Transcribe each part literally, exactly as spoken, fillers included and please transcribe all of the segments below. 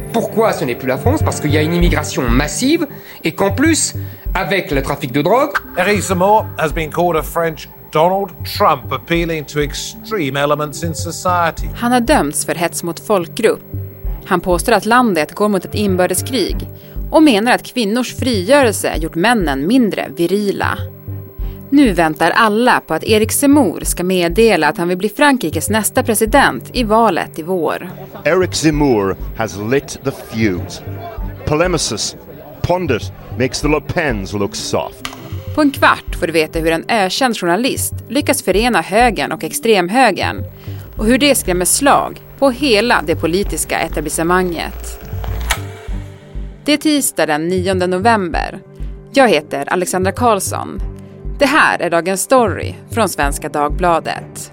Pourquoi ce n'est plus la France? Parce qu'il y a une immigration massive et qu'en plus, avec le trafic de drogue... Eric Zemmour has been called a French Donald Trump, appealing to extreme elements in society. Han har dömts för hets mot folkgrupp. Han påstår att landet går mot ett inbördeskrig och menar att kvinnors frigörelse gjort männen mindre virila. Nu väntar alla på att Eric Zemmour ska meddela att han vill bli Frankrikes nästa president i valet i vår. Eric Zemmour has lit the fuse. Polemicis, pondus, makes the Le Pens look soft. På en kvart får du veta hur en ökänd journalist lyckas förena högern och extremhögern och hur det skrämmer slag på hela det politiska etablissemanget. Det är tisdag den nionde november. Jag heter Alexandra Karlsson. Det här är dagens story från Svenska Dagbladet.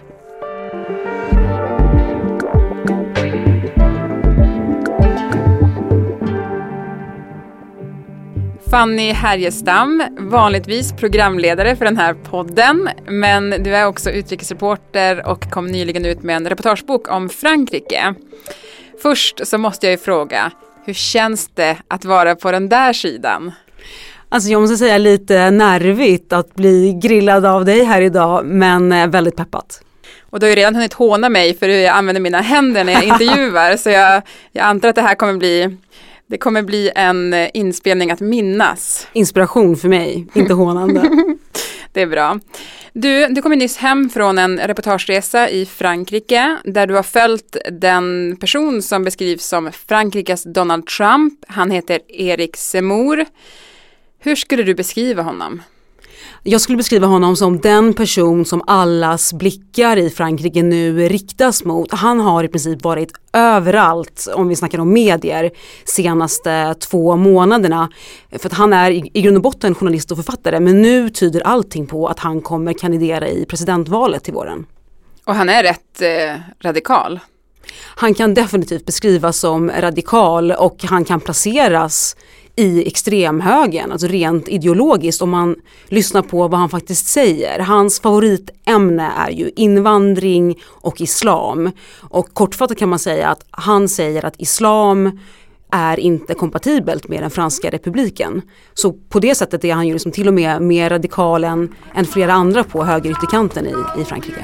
Fanny Härjestam, vanligtvis programledare för den här podden, men du är också utrikesreporter och kom nyligen ut med en reportagebok om Frankrike. Först så måste jag ju fråga, hur känns det att vara på den där sidan? Alltså jag måste säga lite nervigt att bli grillad av dig här idag, men väldigt peppat. Och du har ju redan hunnit håna mig för hur jag använder mina händer när jag intervjuar, så jag, jag antar att det här kommer bli... Det kommer bli en inspelning att minnas. Inspiration för mig, inte hånande. Det är bra. Du, du kommer nyss hem från en reportageresa i Frankrike där du har följt den person som beskrivs som Frankrikes Donald Trump. Han heter Eric Zemmour. Hur skulle du beskriva honom? Jag skulle beskriva honom som den person som allas blickar i Frankrike nu riktas mot. Han har i princip varit överallt, om vi snackar om medier, senaste två månaderna. För att han är i, i grund och botten journalist och författare, men nu tyder allting på att han kommer kandidera i presidentvalet till våren. Och han är rätt eh, radikal. Han kan definitivt beskrivas som radikal och han kan placeras i extremhögern, alltså rent ideologiskt om man lyssnar på vad han faktiskt säger. Hans favoritämne är ju invandring och islam. Och kortfattat kan man säga att han säger att islam är inte kompatibelt med den franska republiken. Så på det sättet är han ju liksom till och med mer radikal än, än flera andra på högerytterkanten i, i Frankrike.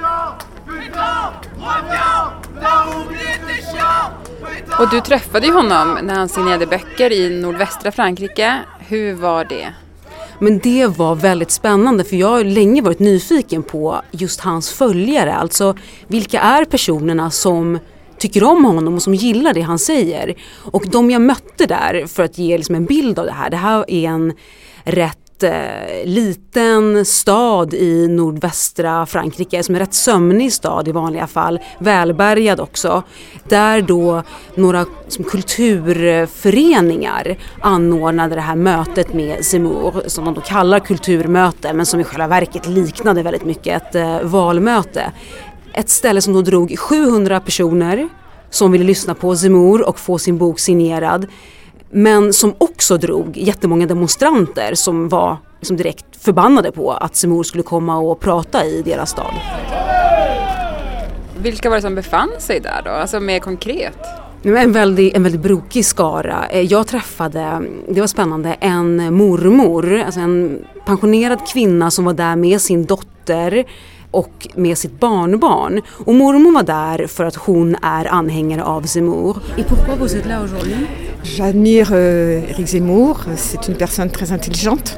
Och du träffade ju honom när han signerade böcker i nordvästra Frankrike. Hur var det? Men det var väldigt spännande, för jag har länge varit nyfiken på just hans följare. Alltså vilka är personerna som tycker om honom och som gillar det han säger. Och de jag mötte där, för att ge liksom en bild av det här. Det här är en rätt liten stad i nordvästra Frankrike som är rätt sömnig stad i vanliga fall, välbärgad också, där då några som kulturföreningar anordnade det här mötet med Zemmour som de då kallar kulturmöte, men som i själva verket liknade väldigt mycket ett eh, valmöte. Ett ställe som då drog sjuhundra personer som ville lyssna på Zemmour och få sin bok signerad, men som också drog jättemånga demonstranter som var liksom direkt förbannade på att Zemmour skulle komma och prata i deras stad. Vilka var det som befann sig där då? Alltså mer konkret? En väldigt, en väldigt brokig skara. Jag träffade, det var spännande, en mormor, alltså en pensionerad kvinna som var där med sin dotter och med sitt barnbarn. Och mormor var där för att hon är anhängare av Zemmour. Et pourquoi vous êtes là aujourd'hui? J'admire euh, Eric Zemmour, c'est une personne très intelligente.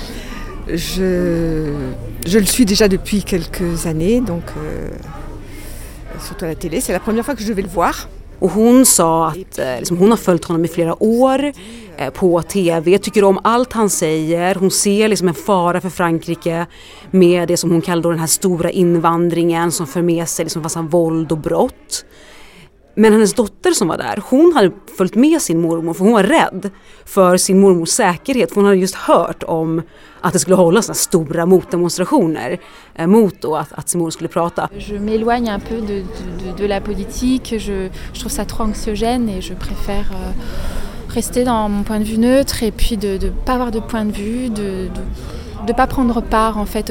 Je, je le suis déjà depuis quelques années, donc euh, surtout à la télé. C'est la première fois que je vais le voir. Och hon sa att eh, liksom, hon har följt honom i flera år eh, på tv, tycker om allt han säger. Hon ser liksom en fara för Frankrike med det som hon kallar då den här stora invandringen som för med sig liksom massa våld och brott. Men hennes dotter som var där, hon hade följt med sin mormor för hon var rädd för sin mormors säkerhet. För hon hade just hört om att det skulle hållas såna stora motdemonstrationer eh, mot då att, att Zemmour skulle prata. Je m'éloigne un peu de, de, de la politique, je, je trouve ça trop anxiogène et je préfère euh, rester dans mon point de vue neutre et puis de ne pas avoir de point de vue, de ne pas prendre part en fait au débat.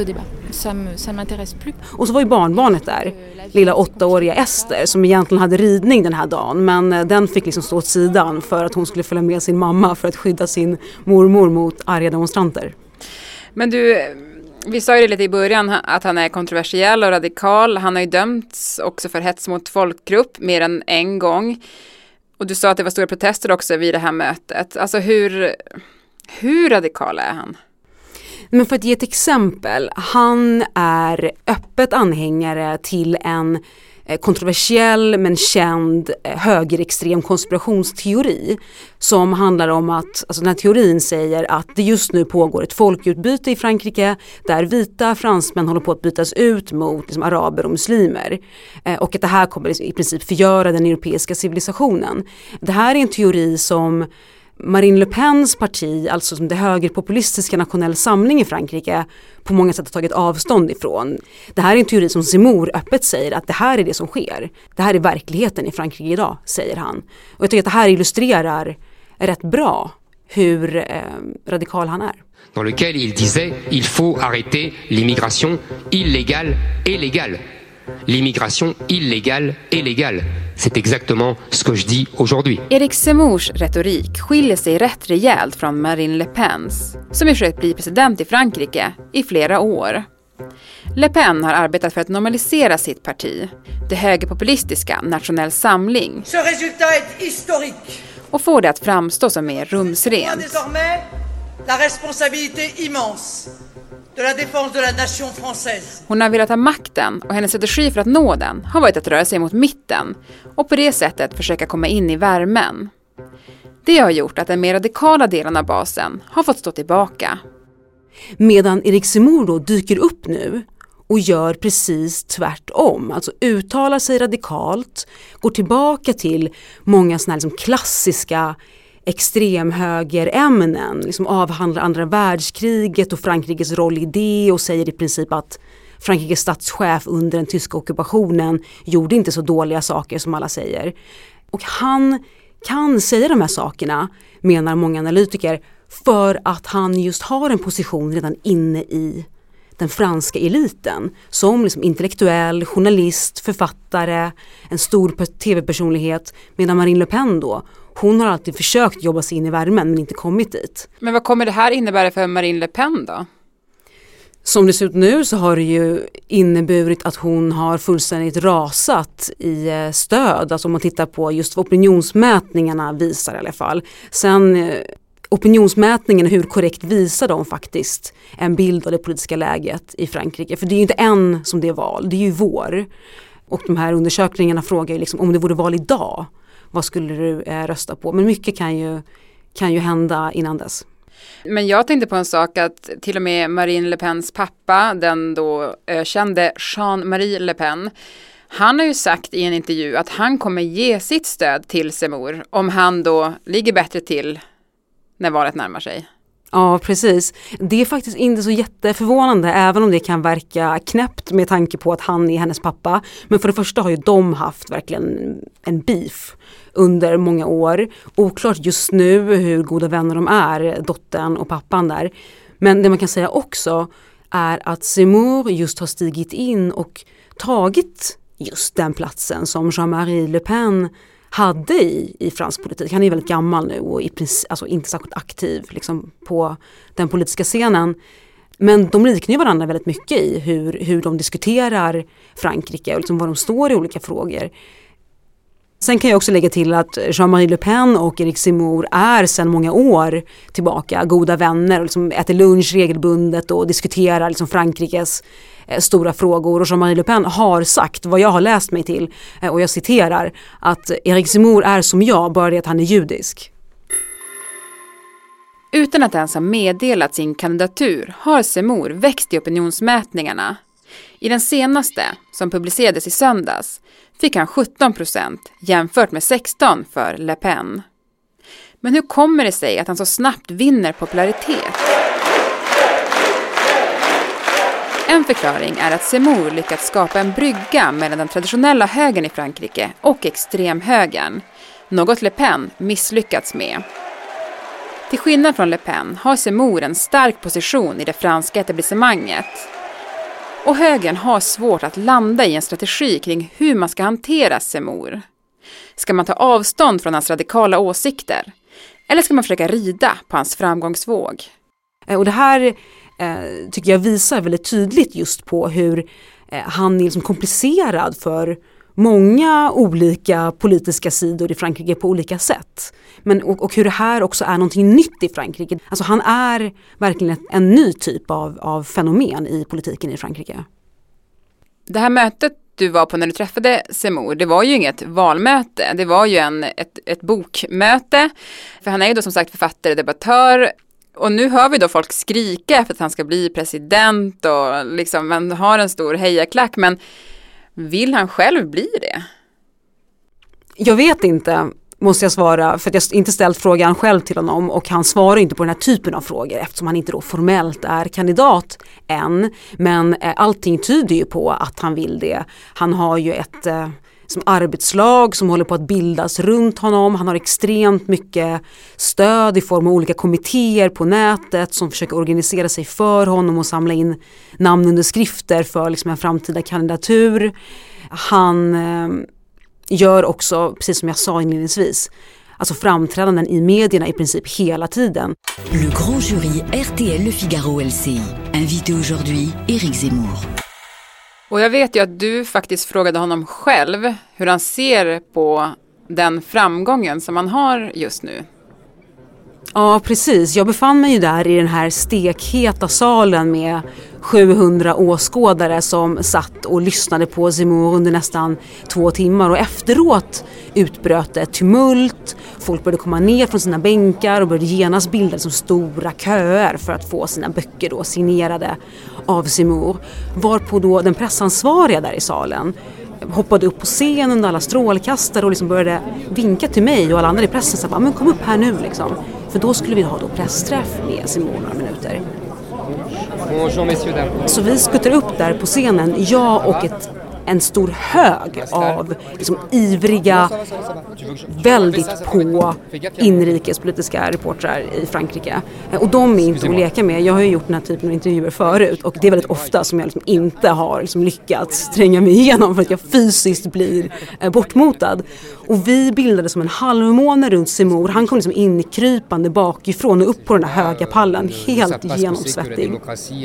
ça me, ça m'intéresse plus. Och så var ju barnbarnet där, lilla åttaåriga Ester, som egentligen hade ridning den här dagen, men den fick liksom stå åt sidan för att hon skulle följa med sin mamma för att skydda sin mormor mot arga demonstranter. Men du, vi sa ju det lite i början att han är kontroversiell och radikal. Han har ju dömts också för hets mot folkgrupp mer än en gång. Och du sa att det var stora protester också vid det här mötet. Alltså hur, hur radikal är han? Men för att ge ett exempel, han är öppet anhängare till en kontroversiell men känd högerextrem konspirationsteori som handlar om att, alltså den här teorin säger att det just nu pågår ett folkutbyte i Frankrike där vita fransmän håller på att bytas ut mot liksom, araber och muslimer och att det här kommer liksom, i princip förgöra den europeiska civilisationen. Det här är en teori som Marine Le Pens parti, alltså som det högerpopulistiska Nationell samling i Frankrike, på många sätt har tagit avstånd ifrån. Det här är en teori som Zemmour öppet säger att det här är det som sker. Det här är verkligheten i Frankrike idag, säger han. Och jag tycker att det här illustrerar rätt bra hur eh, radikal han är. Dans lequel il disait il faut arrêter l'immigration illégale et légale. L'immigration illégale et légale. C'est exactement ce que je dis aujourd'hui. Eric Zemmours retorik skiljer sig rätt rejält från Marine Le Pens, som har försökt bli president i Frankrike i flera år. Le Pen har arbetat för att normalisera sitt parti, det högerpopulistiska Nationell samling, Ce résultat est historique. och få det att framstå som mer rumsrent. Désormais, la responsabilité immense de la défense de la nation française. Hon har velat ha makten och hennes strategi för att nå den har varit att röra sig mot mitten och på det sättet försöka komma in i värmen. Det har gjort att den mer radikala delen av basen har fått stå tillbaka. Medan Eric Zemmour då dyker upp nu och gör precis tvärtom. Alltså uttalar sig radikalt, går tillbaka till många såna här liksom klassiska extremhögerämnen, liksom avhandlar andra världskriget och Frankrikes roll i det och säger i princip att Frankrikes statschef under den tyska ockupationen gjorde inte så dåliga saker som alla säger. Och han kan säga de här sakerna, menar många analytiker, för att han just har en position redan inne i den franska eliten som liksom intellektuell, journalist, författare, en stor tv-personlighet, medan Marine Le Pen då, hon har alltid försökt jobba sig in i värmen men inte kommit dit. Men vad kommer det här innebära för Marine Le Pen då? Som det ser ut nu så har det ju inneburit att hon har fullständigt rasat i stöd. Alltså om man tittar på just vad opinionsmätningarna visar i alla fall. Sen opinionsmätningen, hur korrekt visar de faktiskt en bild av det politiska läget i Frankrike? För det är ju inte än som det är val, det är ju vår. Och de här undersökningarna frågar ju liksom, om det vore val idag, vad skulle du eh, rösta på? Men mycket kan ju, kan ju hända innan dess. Men jag tänkte på en sak att till och med Marine Le Pens pappa, den då ökände Jean-Marie Le Pen, han har ju sagt i en intervju att han kommer ge sitt stöd till Zemmour om han då ligger bättre till när valet närmar sig. Ja, precis. Det är faktiskt inte så jätteförvånande, även om det kan verka knäppt med tanke på att han är hennes pappa. Men för det första har ju de haft verkligen en beef under många år. Oklart just nu hur goda vänner de är, dottern och pappan där. Men det man kan säga också är att Zemmour just har stigit in och tagit just den platsen som Jean-Marie Le Pen hade i, i fransk politik. Han är väldigt gammal nu och i princip, alltså inte särskilt aktiv liksom, på den politiska scenen. Men de liknar ju varandra väldigt mycket i hur, hur de diskuterar Frankrike och liksom var de står i olika frågor. Sen kan jag också lägga till att Jean-Marie Le Pen och Eric Zemmour är sedan många år tillbaka goda vänner och liksom äter lunch regelbundet och diskuterar liksom Frankrikes eh, stora frågor. Och Jean-Marie Le Pen har sagt, vad jag har läst mig till, eh, och jag citerar, att Eric Zemmour är som jag, bara det att han är judisk. Utan att ens ha meddelat sin kandidatur har Zemmour växt i opinionsmätningarna. I den senaste, som publicerades i söndags, fick han sjutton procent jämfört med sexton för Le Pen. Men hur kommer det sig att han så snabbt vinner popularitet? En förklaring är att Zemmour lyckats skapa en brygga mellan den traditionella högern i Frankrike och extremhögern, något Le Pen misslyckats med. Till skillnad från Le Pen har Zemmour en stark position i det franska etablissemanget. Och högern har svårt att landa i en strategi kring hur man ska hantera Zemmour. Ska man ta avstånd från hans radikala åsikter? Eller ska man försöka rida på hans framgångsvåg? Och det här eh, tycker jag visar väldigt tydligt just på hur eh, han är liksom komplicerad för många olika politiska sidor i Frankrike på olika sätt. Men, och, och hur det här också är någonting nytt i Frankrike. Alltså han är verkligen ett, en ny typ av, av fenomen i politiken i Frankrike. Det här mötet du var på när du träffade Zemmour, det var ju inget valmöte. Det var ju en, ett, ett bokmöte. För han är ju då som sagt författare, debattör. Och nu hör vi då folk skrika för att han ska bli president och liksom man har en stor hejaklack. Men vill han själv bli det? Jag vet inte, måste jag svara, för att jag inte ställt frågan själv till honom och han svarar inte på den här typen av frågor eftersom han inte då formellt är kandidat än. Men eh, allting tyder ju på att han vill det. Han har ju ett eh, som arbetslag som håller på att bildas runt honom. Han har extremt mycket stöd i form av olika kommittéer på nätet som försöker organisera sig för honom och samla in namnunderskrifter för liksom en framtida kandidatur. Han eh, gör också, precis som jag sa inledningsvis, alltså framträdanden i medierna i princip hela tiden. Le grand jury R T L Le Figaro L C I. Invité aujourd'hui Éric Zemmour. Och jag vet ju att du faktiskt frågade honom själv hur han ser på den framgången som han har just nu. Ja, precis. Jag befann mig ju där i den här stekheta salen med sjuhundra åskådare som satt och lyssnade på Zemmour under nästan två timmar. Och efteråt utbröt ett tumult. Folk började komma ner från sina bänkar och började genast bilda som stora köer för att få sina böcker då signerade av Zemmour. Varpå då den pressansvariga där i salen hoppade upp på scenen under alla strålkastare och liksom började vinka till mig och alla andra i pressen. Så bara, men kom upp här nu liksom. För då skulle vi ha då pressträff med Zemmour några minuter. Så vi skuttar upp där på scenen, jag och ett, en stor hög av liksom ivriga, väldigt på inrikespolitiska reportrar i Frankrike. Och de är inte att leka med. Jag har ju gjort den här typen av intervjuer förut och det är väldigt ofta som jag liksom inte har liksom lyckats tränga mig igenom för att jag fysiskt blir bortmotad. Och vi bildade som en halvmåne runt Zemmour. Han kom liksom inkrypande bakifrån och upp på den här höga pallen, helt genomsvettig.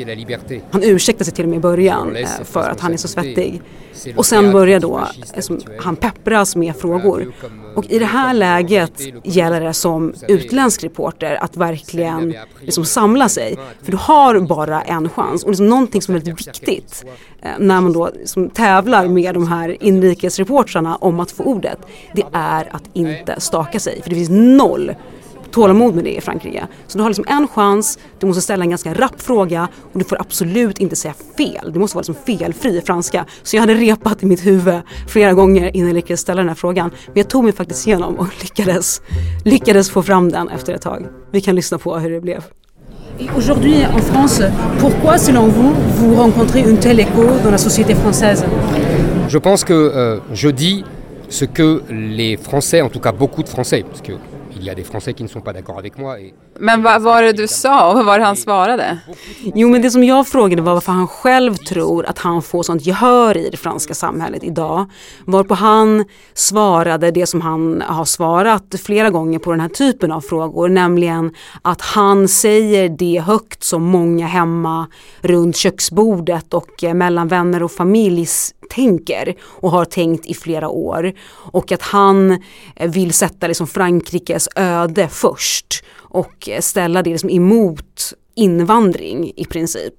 Han ursäktade sig till och med i början för att han är så svettig. Och sen börjar då liksom, han peppras med frågor. Och i det här läget gäller det som utländsk reporter att verkligen liksom samla sig. För du har bara en chans. Och liksom någonting som är väldigt viktigt när man då liksom tävlar med de här inrikesreportrarna om att få ordet, det är att inte staka sig. För det finns noll tålamod med det i Frankrike. Så du har liksom en chans, du måste ställa en ganska rapp fråga och du får absolut inte säga fel. Det måste vara liksom felfri franska. Så jag hade repat i mitt huvud flera gånger innan jag lyckades ställa den här frågan. Men jag tog mig faktiskt igenom och lyckades, lyckades få fram den efter ett tag. Vi kan lyssna på hur det blev. Et aujourd'hui en France, pourquoi selon vous, vous rencontrez une telle écho dans la société française? Je pense que euh, je dis ce que les Français, en tout cas beaucoup de Français, parce que il y a des Français qui ne sont pas d'accord avec moi. Et... Men vad var det du sa och vad var det han svarade? Jo, men det som jag frågade var varför han själv tror att han får sånt gehör i det franska samhället idag. Varpå han svarade det som han har svarat flera gånger på den här typen av frågor. Nämligen att han säger det högt som många hemma runt köksbordet och mellan vänner och familj tänker och har tänkt i flera år. Och att han vill sätta liksom Frankrikes öde först och ställa det liksom emot invandring i princip.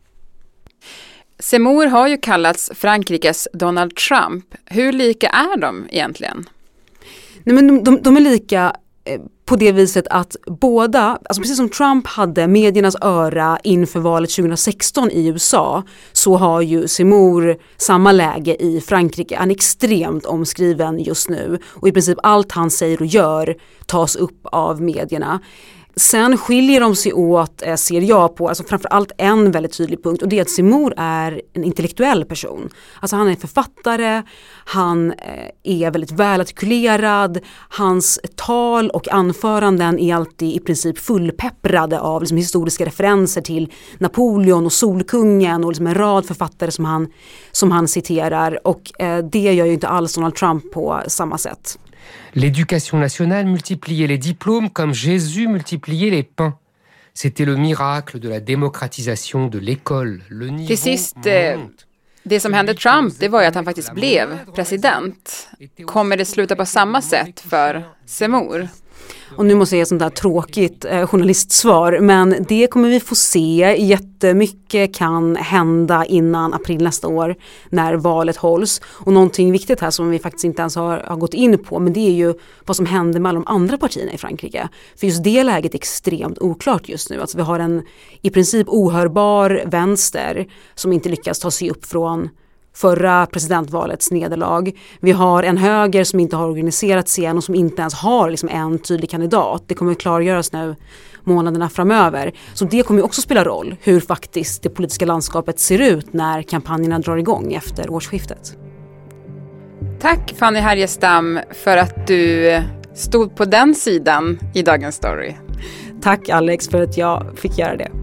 Zemmour har ju kallats Frankrikes Donald Trump. Hur lika är de egentligen? Nej, men de, de, de är lika på det viset att båda, alltså precis som Trump hade mediernas öra inför valet tjugohundrasexton i U S A, så har ju Zemmour samma läge i Frankrike. Han är extremt omskriven just nu och i princip allt han säger och gör tas upp av medierna. Sen skiljer de sig åt, eh, ser jag på, alltså framförallt en väldigt tydlig punkt, och det är att Zemmour är en intellektuell person. Alltså han är författare, han eh, är väldigt välartikulerad, hans tal och anföranden är alltid i princip fullpepprade av liksom, historiska referenser till Napoleon och Solkungen och liksom en rad författare som han, som han citerar, och eh, det gör ju inte alls Donald Trump på samma sätt. L'éducation nationale multipliait les diplômes comme Jésus multipliait les pains. C'était le miracle de la démocratisation de l'école. Le niveau Till sist, eh, det som hände Trump, det var ju att han faktiskt blev president. Kommer det sluta på samma sätt för Zemmour? Och nu måste jag ge ett sånt där tråkigt eh, journalistsvar, men det kommer vi få se. Jättemycket kan hända innan april nästa år när valet hålls. Och någonting viktigt här som vi faktiskt inte ens har, har gått in på, men det är ju vad som händer med alla de andra partierna i Frankrike. För just det läget är extremt oklart just nu. Alltså vi har en i princip ohörbar vänster som inte lyckas ta sig upp från förra presidentvalets nederlag. Vi har en höger som inte har organiserat sig än och som inte ens har liksom en tydlig kandidat. Det kommer att klargöras nu månaderna framöver. Så det kommer också spela roll hur faktiskt det politiska landskapet ser ut när kampanjerna drar igång efter årsskiftet. Tack Fanny Härgestam för att du stod på den sidan i Dagens Story. Tack Alex för att jag fick göra det.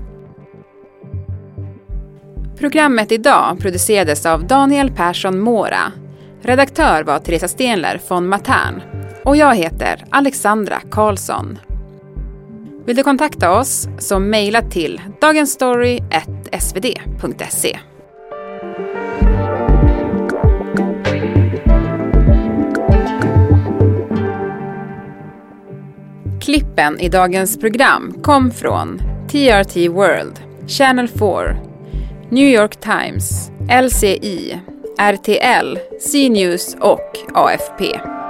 Programmet idag producerades av Daniel Persson Mora. Redaktör var Teresa Stenler från Matern. Och jag heter Alexandra Karlsson. Vill du kontakta oss så mejla till dagensstory at s v d punkt se. Klippen i dagens program kom från T R T World, Channel four, New York Times, L C I, R T L, C News och A F P.